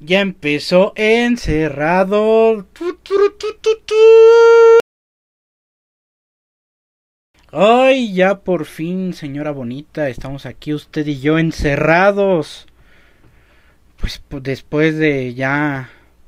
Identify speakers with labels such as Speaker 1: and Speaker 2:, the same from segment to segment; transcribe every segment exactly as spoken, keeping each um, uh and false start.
Speaker 1: Ya empezó Encerrado. Ay, ya por fin, señora bonita, estamos aquí usted y yo encerrados. Pues, pues después de ya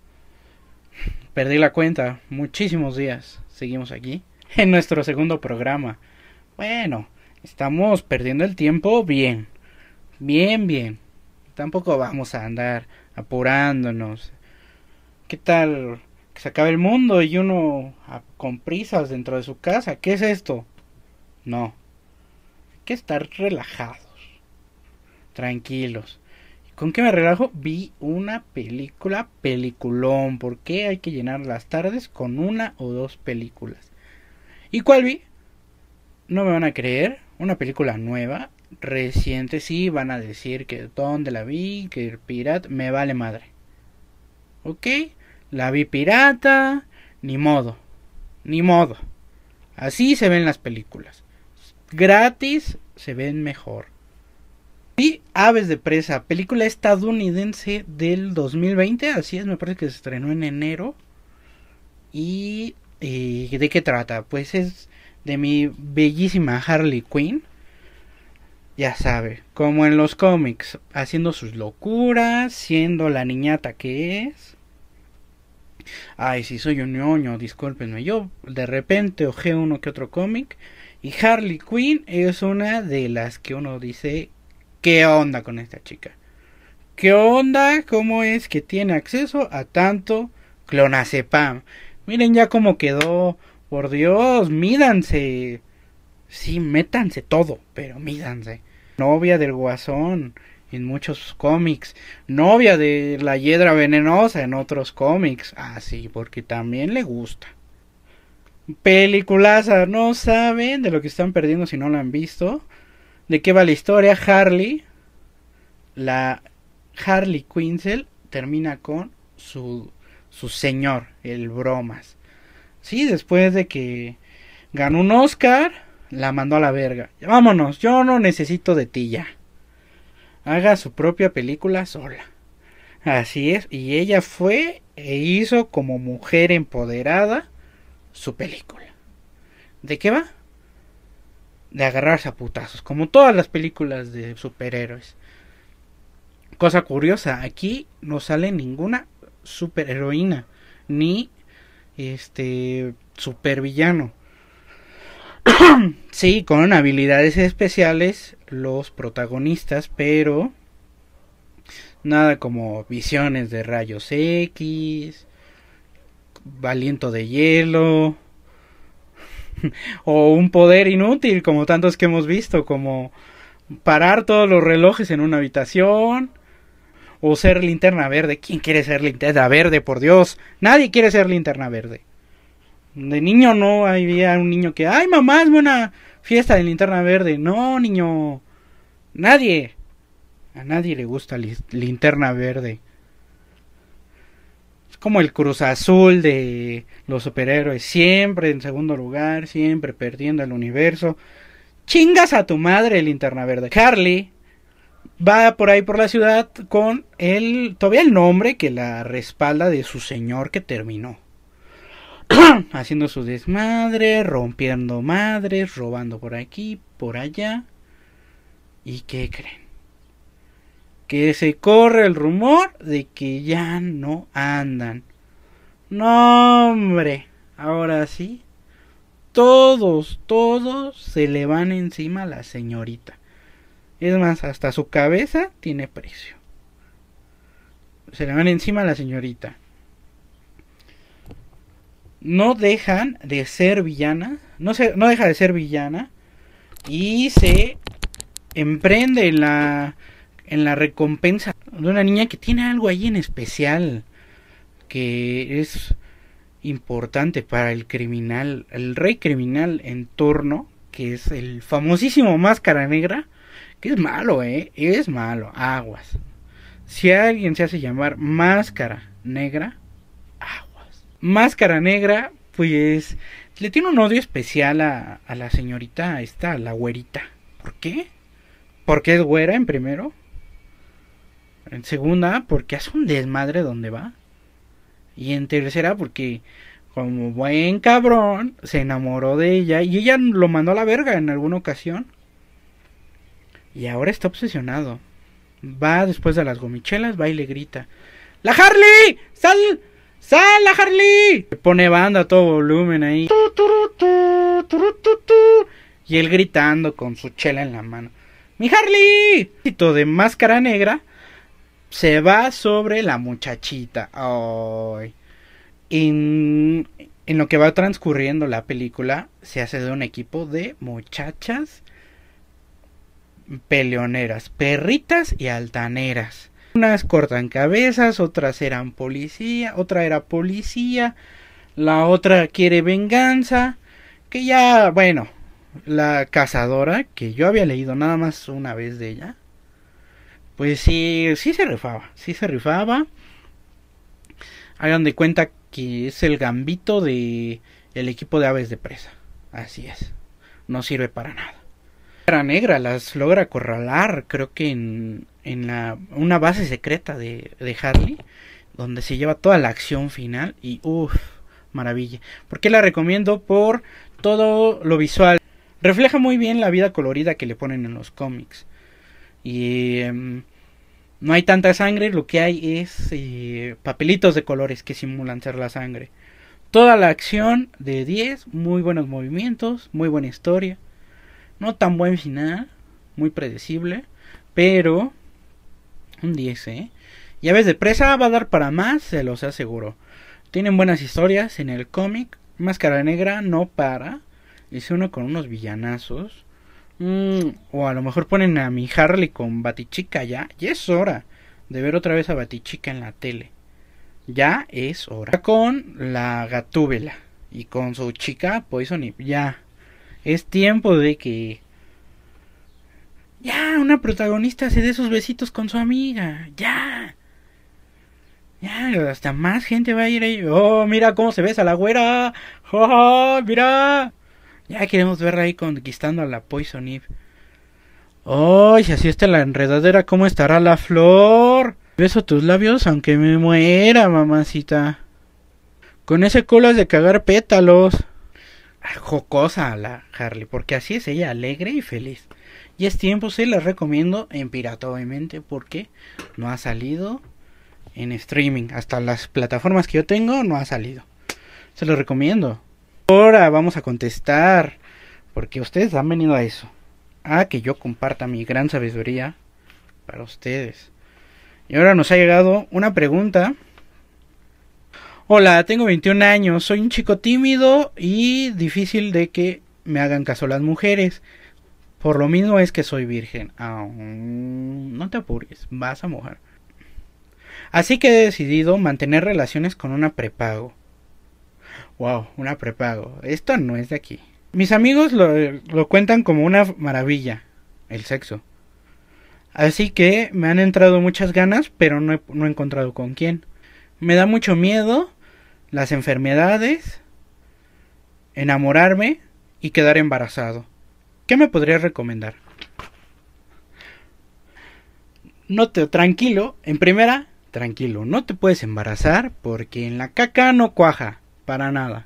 Speaker 1: perdí la cuenta, muchísimos días, seguimos aquí en nuestro segundo programa. Bueno, estamos perdiendo el tiempo bien, bien, bien. Tampoco vamos a andar apurándonos. ¿Qué tal que se acabe el mundo y uno a, con prisas dentro de su casa? ¿Qué es esto? No, hay que estar relajados, tranquilos. ¿Con qué me relajo? Vi una película, peliculón. ¿Por qué hay que llenar las tardes con una o dos películas? ¿Y cuál vi? No me van a creer, una película nueva, reciente. Sí, van a decir que dónde la vi, que el pirata, me vale madre. Ok, la vi pirata, ni modo, ni modo. Así se ven las películas. Gratis se ven mejor. Vi Aves de Presa, película estadounidense del dos mil veinte, así es, me parece que se estrenó en enero. ¿Y eh, de qué trata? Pues es de mi bellísima Harley Quinn. Ya sabe, como en los cómics, haciendo sus locuras, siendo la niñata que es. Ay, si soy un ñoño, discúlpenme. Yo de repente ojeo uno que otro cómic. Y Harley Quinn es una de las que uno dice, ¿qué onda con esta chica? ¿Qué onda? ¿Cómo es que tiene acceso a tanto clonazepam? Miren ya cómo quedó. Por Dios, mídanse. Sí, métanse todo, pero mídanse. Novia del Guasón en muchos cómics. Novia de la Hiedra Venenosa en otros cómics. Ah, sí, porque también le gusta. Peliculaza, no saben de lo que están perdiendo si no lo han visto. ¿De qué va la historia? Harley, la Harley Quinzel, termina con su, su señor, el Bromas. Sí, después de que ganó un Oscar, la mandó a la verga. Vámonos, yo no necesito de ti ya. Haga su propia película sola. Así es, y ella fue e hizo como mujer empoderada su película. ¿De qué va? De agarrarse a putazos, como todas las películas de superhéroes. Cosa curiosa, aquí no sale ninguna superheroína, ni este supervillano. Sí, con habilidades especiales los protagonistas, pero nada como visiones de rayos X, aliento de hielo, o un poder inútil como tantos que hemos visto, como parar todos los relojes en una habitación, o ser linterna verde. ¿Quién quiere ser linterna verde, por Dios? Nadie quiere ser linterna verde. De niño no había un niño que, ay mamá, es buena fiesta de linterna verde. No, niño, nadie, a nadie le gusta li- linterna verde. Es como el Cruz Azul de los superhéroes, siempre en segundo lugar, siempre perdiendo el universo. Chingas a tu madre, linterna verde. Harley va por ahí por la ciudad con el, todavía el nombre que la respalda de su señor que terminó. Haciendo su desmadre, rompiendo madres, robando por aquí, por allá. ¿Y qué creen? Que se corre el rumor de que ya no andan. No, hombre, ahora sí, todos, todos se le van encima a la señorita. Es más, hasta su cabeza tiene precio. Se le van encima a la señorita. No dejan de ser villana, no, se, no deja de ser villana y se emprende en la, en la recompensa de una niña que tiene algo ahí en especial que es importante para el criminal, el rey criminal en turno, que es el famosísimo Máscara Negra, que es malo, eh, es malo, aguas. Si alguien se hace llamar Máscara Negra, Máscara Negra, pues le tiene un odio especial a, a la señorita esta, a la güerita. ¿Por qué? ¿Porque es güera en primero? En segunda, porque hace un desmadre donde va. Y en tercera, porque como buen cabrón se enamoró de ella y ella lo mandó a la verga en alguna ocasión. Y ahora está obsesionado. Va después de las gomichelas, va y le grita: ¡La Harley! ¡Sal! ¡Sal, la Harley! Le pone banda a todo volumen ahí. Y él gritando con su chela en la mano: ¡Mi Harley! De máscara negra se va sobre la muchachita. Ay. En, en lo que va transcurriendo la película, se hace de un equipo de muchachas peleoneras, perritas y altaneras. Unas cortan cabezas, otras eran policía, otra era policía, la otra quiere venganza, que ya, bueno, la cazadora, que yo había leído nada más una vez de ella, pues sí, sí se rifaba, sí se rifaba. Hagan de cuenta que es el Gambito de el equipo de aves de presa. Así es, no sirve para nada. La negra las logra acorralar, creo que en, en la, una base secreta de, de Harley, donde se lleva toda la acción final y uff, maravilla. ¿Por qué la recomiendo? Por todo lo visual. Refleja muy bien la vida colorida que le ponen en los cómics. Y eh, no hay tanta sangre, lo que hay es eh, papelitos de colores que simulan ser la sangre. Toda la acción de diez, muy buenos movimientos, muy buena historia. No tan buen final, muy predecible, pero un diez, ¿eh? Y Aves de Presa va a dar para más, se los aseguro. Tienen buenas historias en el cómic. Máscara Negra no para. Es uno con unos villanazos. Mm, o a lo mejor ponen a mi Harley con Batichica ya. Ya es hora de ver otra vez a Batichica en la tele. Ya es hora. Con la Gatúbela y con su chica Poison Ivy. Ya. Es tiempo de que ya una protagonista se dé sus besitos con su amiga. Ya. Ya, hasta más gente va a ir ahí. Oh, mira cómo se besa la güera. Oh, mira. Ya queremos verla ahí conquistando a la Poison Ivy. Oh, si así está la enredadera, ¿cómo estará la flor? Beso tus labios aunque me muera, mamacita. Con ese culo has de cagar pétalos. Jocosa la Harley, porque así es ella, alegre y feliz. Y es tiempo, se las recomiendo en pirata, obviamente, porque no ha salido en streaming. Hasta las plataformas que yo tengo no ha salido. Se los recomiendo. Ahora vamos a contestar, porque ustedes han venido a eso, a que yo comparta mi gran sabiduría para ustedes. Y ahora nos ha llegado una pregunta. Hola, tengo veintiún años, soy un chico tímido y difícil de que me hagan caso las mujeres. Por lo mismo es que soy virgen. Oh, no te apures, vas a mojar. Así que he decidido mantener relaciones con una prepago. Wow, una prepago. Esto no es de aquí. Mis amigos lo, lo cuentan como una maravilla, el sexo. Así que me han entrado muchas ganas, pero no he, no he encontrado con quién. Me da mucho miedo las enfermedades, enamorarme y quedar embarazado. ¿Qué me podrías recomendar? No te, tranquilo, en primera, tranquilo, no te puedes embarazar porque en la caca no cuaja, para nada.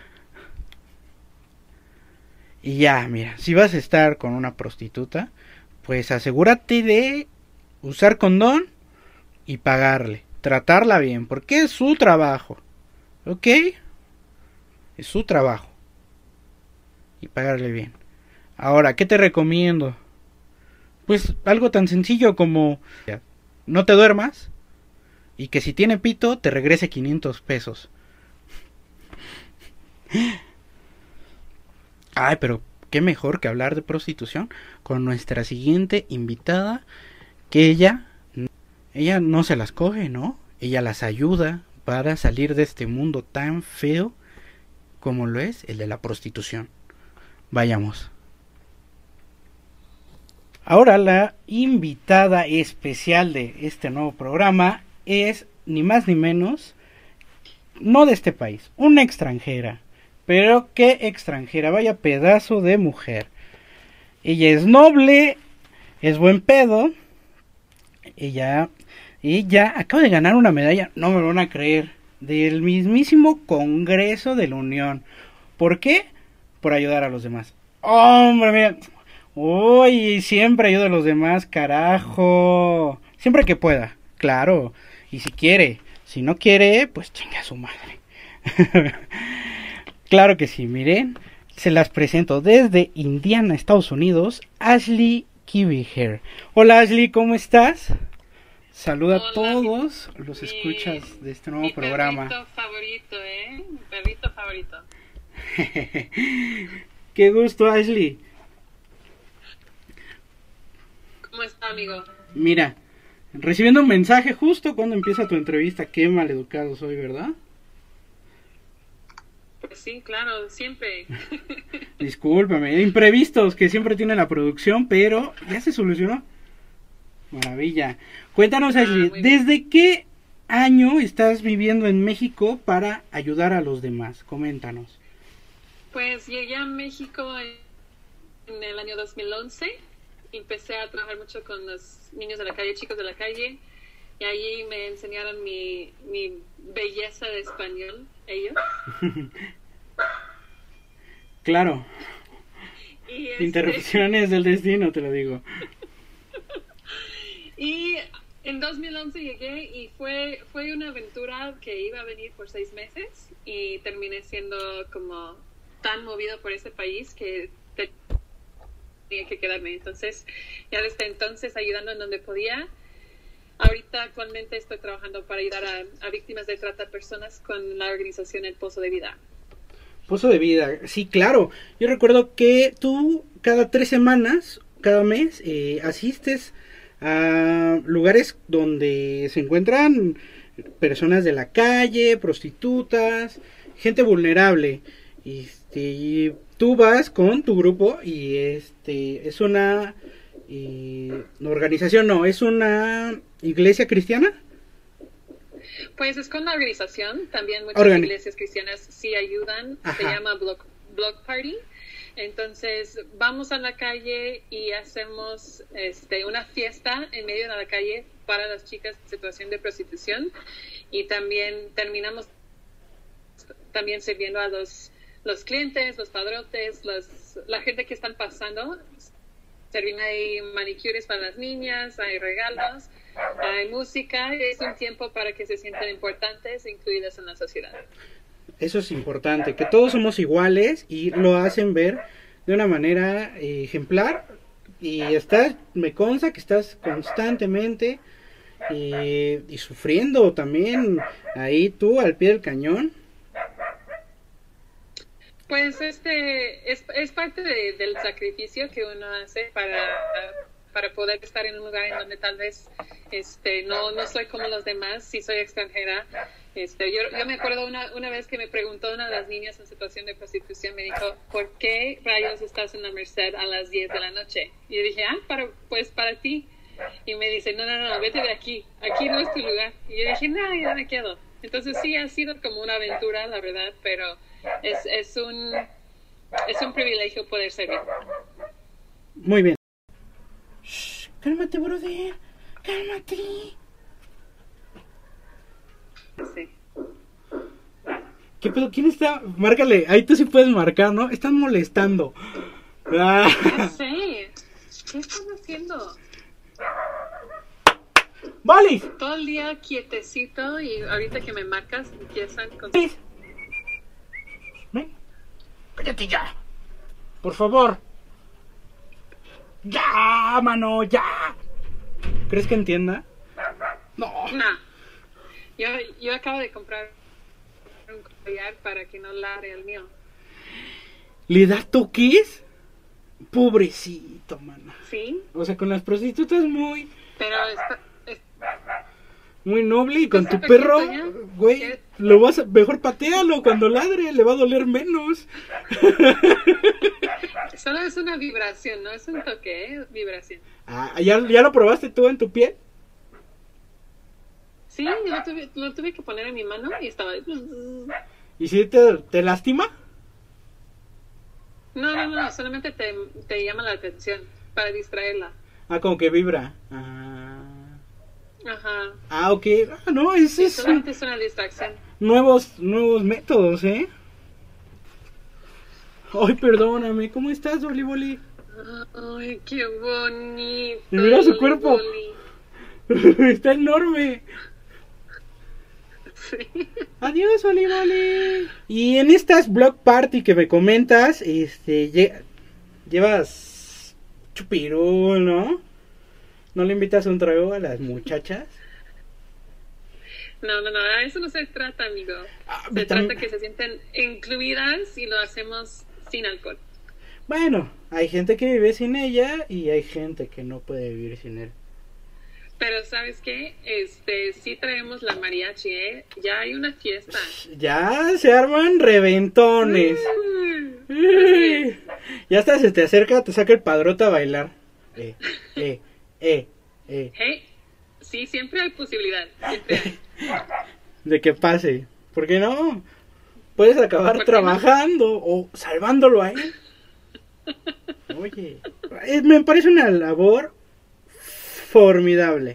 Speaker 1: Y ya, mira, si vas a estar con una prostituta, pues asegúrate de usar condón y pagarle. Tratarla bien, porque es su trabajo. ¿Ok? Es su trabajo. Y pagarle bien. Ahora, ¿qué te recomiendo? Pues algo tan sencillo como no te duermas y que si tiene pito te regrese quinientos pesos. Ay, pero qué mejor que hablar de prostitución con nuestra siguiente invitada, que ella ella no se las coge, ¿no? Ella las ayuda para salir de este mundo tan feo como lo es el de la prostitución. Vayamos. Ahora la invitada especial de este nuevo programa es ni más ni menos, no de este país, una extranjera. Pero qué extranjera, vaya pedazo de mujer. Ella es noble, es buen pedo. Ella Ella acaba de ganar una medalla, no me lo van a creer, del mismísimo Congreso de la Unión. ¿Por qué? Por ayudar a los demás. Hombre, mira. Uy, siempre ayuda a los demás, carajo. Siempre que pueda, claro. Y si quiere, si no quiere, pues chinga a su madre. Claro que sí, miren. Se las presento desde Indiana, Estados Unidos, Ashley Kiviher. Hola Ashley, ¿cómo estás? Saluda
Speaker 2: Hola,
Speaker 1: a todos
Speaker 2: mi,
Speaker 1: los
Speaker 2: mi,
Speaker 1: escuchas de este nuevo
Speaker 2: mi
Speaker 1: programa.
Speaker 2: perrito favorito, ¿eh? Mi perrito favorito.
Speaker 1: Qué gusto, Ashley.
Speaker 2: ¿Cómo está, amigo?
Speaker 1: Mira, recibiendo un mensaje justo cuando empieza tu entrevista. Qué maleducado soy, ¿verdad?
Speaker 2: Pues sí, claro, siempre.
Speaker 1: Discúlpame, imprevistos que siempre tiene la producción, pero ya se solucionó. Maravilla. Cuéntanos,
Speaker 2: Ah,
Speaker 1: Ashley,
Speaker 2: muy bien.
Speaker 1: ¿desde qué año estás viviendo en México para ayudar a los demás? Coméntanos.
Speaker 2: Pues llegué a México en, en el año dos mil once. Empecé a trabajar mucho con los niños de la calle, chicos de la calle. Y allí me enseñaron mi, mi belleza de español, ellos.
Speaker 1: Claro,
Speaker 2: Y este,
Speaker 1: interrupciones del destino, te lo digo.
Speaker 2: Y en dos mil once llegué y fue, fue una aventura que iba a venir por seis meses y terminé siendo como tan movido por ese país que tenía que quedarme. Entonces, ya desde entonces ayudando en donde podía. Ahorita actualmente estoy trabajando para ayudar a, a víctimas de trata de personas con la organización El Pozo de Vida.
Speaker 1: Pozo de vida, sí, claro. Yo recuerdo que tú cada tres semanas, cada mes, eh, asistes a lugares donde se encuentran personas de la calle, prostitutas, gente vulnerable. Este, y tú vas con tu grupo y este es una eh, organización, no, es una iglesia cristiana.
Speaker 2: Pues es con la organización, también muchas
Speaker 1: Organi-
Speaker 2: iglesias cristianas sí ayudan,
Speaker 1: Ajá.
Speaker 2: se llama Block, Block Party. Entonces vamos a la calle y hacemos este, una fiesta en medio de la calle para las chicas en situación de prostitución y también terminamos también sirviendo a los, los clientes, los padrotes, los, la gente que están pasando. También hay manicures para las niñas, hay regalos, hay música, es un tiempo para que se sientan importantes e incluidas en la sociedad.
Speaker 1: Eso es importante, que todos somos iguales y lo hacen ver de una manera eh, ejemplar. Y estás, me consta que estás constantemente eh, y sufriendo también ahí tú al pie del cañón.
Speaker 2: Pues este es, es parte de, del sacrificio que uno hace para, para poder estar en un lugar en donde tal vez este no, no soy como los demás, si soy extranjera. Este, yo, yo me acuerdo una, una vez que me preguntó una de las niñas en situación de prostitución, me dijo, ¿por qué rayos estás en la Merced a las diez de la noche? Y yo dije, ah, para, pues para ti. Y me dice, no, no, no, vete de aquí, aquí no es tu lugar. Y yo dije, no, ya me quedo. Entonces sí, ha sido como una aventura, la verdad, pero es, es, un, es un privilegio poder servir.
Speaker 1: Muy bien. Shh, cálmate, brother, cálmate.
Speaker 2: Sí.
Speaker 1: ¿Qué pedo? ¿Quién está? Márcale, ahí tú sí puedes marcar, ¿no? Están molestando. Ah.
Speaker 2: No sé, ¿qué están haciendo?
Speaker 1: ¡Vale!
Speaker 2: Todo el día quietecito y ahorita que me marcas empiezan con...
Speaker 1: Ven, cállate ya. Por favor. Ya, mano, ya. ¿Crees que entienda? No.
Speaker 2: Nah. Yo, yo acabo de comprar un collar para que no ladre el mío.
Speaker 1: ¿Le da toques? Pobrecito, mano.
Speaker 2: Sí,
Speaker 1: O sea, con las prostitutas muy,
Speaker 2: pero está, es-
Speaker 1: muy noble y con
Speaker 2: Está
Speaker 1: tu perro,
Speaker 2: perfecto, ya.
Speaker 1: güey,
Speaker 2: ¿Qué?
Speaker 1: lo vas a, mejor patealo cuando ladre, le va a doler menos.
Speaker 2: solo es una vibración, no es un toque, ¿eh? Vibración.
Speaker 1: Ah, ¿ya, ¿ya lo probaste tú en tu piel?
Speaker 2: Sí, yo lo tuve, lo tuve que poner en mi mano y estaba...
Speaker 1: ¿Y si te, te lastima?
Speaker 2: No, no, no, solamente te, te llama la atención para distraerla.
Speaker 1: Ah, como que vibra. Ah.
Speaker 2: Ajá.
Speaker 1: Ah, ok. Ah, no, es,
Speaker 2: Sí,
Speaker 1: es
Speaker 2: solamente es una distracción.
Speaker 1: nuevos, nuevos métodos, ¿eh? Ay, perdóname, ¿cómo estás, Oli Boli?
Speaker 2: Ay, qué bonito.
Speaker 1: Mira su
Speaker 2: Loli
Speaker 1: cuerpo.
Speaker 2: Boli.
Speaker 1: Está enorme.
Speaker 2: Sí.
Speaker 1: Adiós, Oli Boli. Y en estas block party que me comentas, este, lle- llevas chupirul, ¿no? ¿No le invitas un trago a las muchachas?
Speaker 2: No, no, no, a eso no se trata, amigo.
Speaker 1: Ah,
Speaker 2: Se
Speaker 1: tam-
Speaker 2: trata que se sienten incluidas y lo hacemos sin alcohol.
Speaker 1: Bueno, hay gente que vive sin ella y hay gente que no puede vivir sin él.
Speaker 2: Pero ¿sabes qué? Este, sí traemos la mariachi, ¿eh? Ya hay una fiesta.
Speaker 1: Ya se arman reventones.
Speaker 2: Mm.
Speaker 1: Uy. Ya hasta se te acerca, te saca el padrote a bailar. Eh, eh, eh, eh.
Speaker 2: Hey, sí, siempre hay posibilidad. Siempre hay.
Speaker 1: De que pase. ¿Por qué no? Puedes acabar
Speaker 2: ¿Por qué
Speaker 1: trabajando o salvándolo a él. Oye, eh, me parece una labor formidable.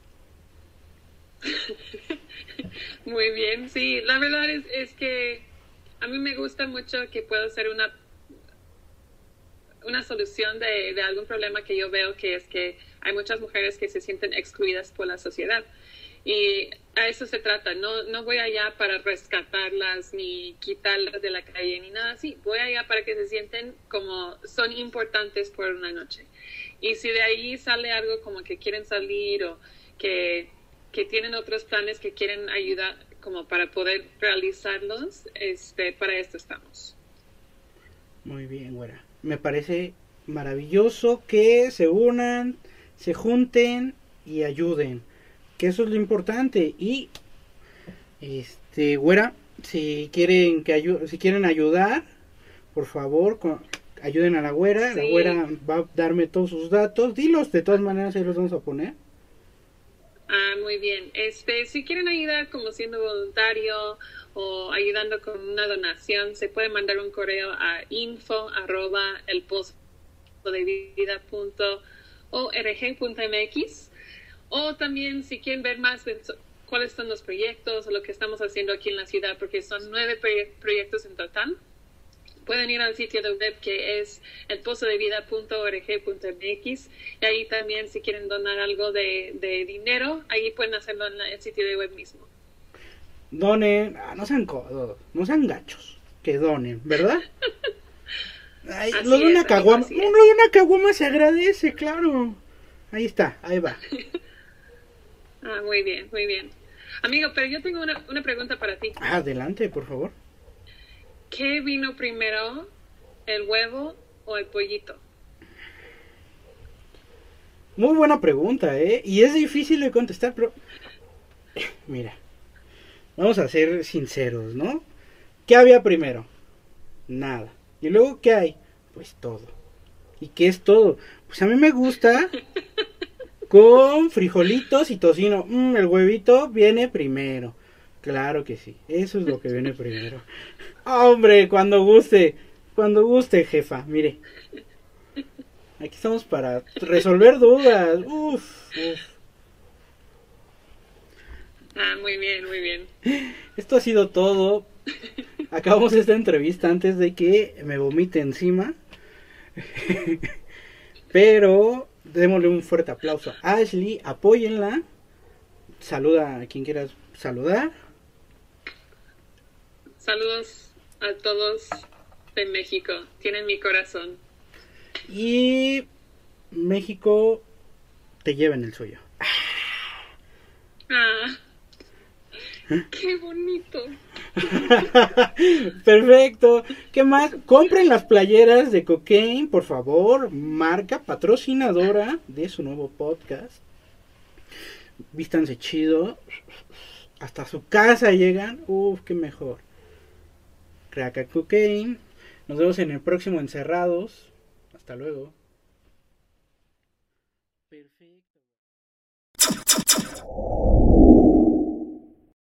Speaker 2: Muy bien, sí. La verdad es, es que a mí me gusta mucho que puedo ser una una solución de, de algún problema que yo veo, que es que hay muchas mujeres que se sienten excluidas por la sociedad. Y a eso se trata. No, no voy allá para rescatarlas ni quitarlas de la calle ni nada así. Voy allá para que se sienten como son importantes por una noche. Y si de ahí sale algo como que quieren salir o que, que tienen otros planes que quieren ayudar como para poder realizarlos, este, para esto estamos.
Speaker 1: Muy bien, güera. Me parece maravilloso que se unan, se junten y ayuden. Que eso es lo importante. Y, este, güera, si quieren que ayu- si quieren ayudar, por favor, con- ayuden a la güera.
Speaker 2: Sí.
Speaker 1: La güera va a darme todos sus datos. Dilos, de todas maneras, ahí los vamos a poner.
Speaker 2: Ah, muy bien. Este, si quieren ayudar como siendo voluntario o ayudando con una donación, se puede mandar un correo a info arroba el pozo de vida punto org punto mx, o también si quieren ver más de so- cuáles son los proyectos o lo que estamos haciendo aquí en la ciudad, porque son nueve proye- proyectos en total. Pueden ir al sitio de web que es el pozo de vida punto org punto mx, y ahí también si quieren donar algo de, de dinero, ahí pueden hacerlo en la- el sitio de web mismo.
Speaker 1: Donen, ah, no sean codos, no sean gachos, que donen, ¿verdad? Ay,
Speaker 2: Así
Speaker 1: lo de
Speaker 2: es,
Speaker 1: una
Speaker 2: amigo,
Speaker 1: caguama,
Speaker 2: así
Speaker 1: no,
Speaker 2: es.
Speaker 1: lo de una caguama se agradece, claro. Ahí está, ahí va.
Speaker 2: Ah, muy bien, muy bien. Amigo, pero yo tengo una, una pregunta para ti.
Speaker 1: Adelante, por favor.
Speaker 2: ¿Qué vino primero, el huevo o el pollito?
Speaker 1: Muy buena pregunta, ¿eh? Y es difícil de contestar, pero... Mira, vamos a ser sinceros, ¿no? ¿Qué había primero? Nada. ¿Y luego qué hay? Pues todo. ¿Y qué es todo? Pues a mí me gusta con frijolitos y tocino. Mm, el huevito viene primero. Claro que sí, eso es lo que viene primero. Hombre, cuando guste, cuando guste, jefa, mire. Aquí estamos para resolver dudas. Uf, uf.
Speaker 2: Ah, muy bien, muy bien.
Speaker 1: Esto ha sido todo. Acabamos esta entrevista antes de que me vomite encima. Pero démosle un fuerte aplauso a Ashley, apóyenla. Saluda a quien quieras saludar.
Speaker 2: Saludos a todos de México. Tienen mi corazón.
Speaker 1: Y México te lleva en el suyo.
Speaker 2: Ah, qué bonito.
Speaker 1: Perfecto. ¿Qué más? Compren las playeras de Cocaine, por favor. Marca patrocinadora de su nuevo podcast. Vístanse chido. Hasta su casa llegan. Uf, qué mejor. Crack a Cocaine. Nos vemos en el próximo Encerrados. Hasta luego. Perfecto.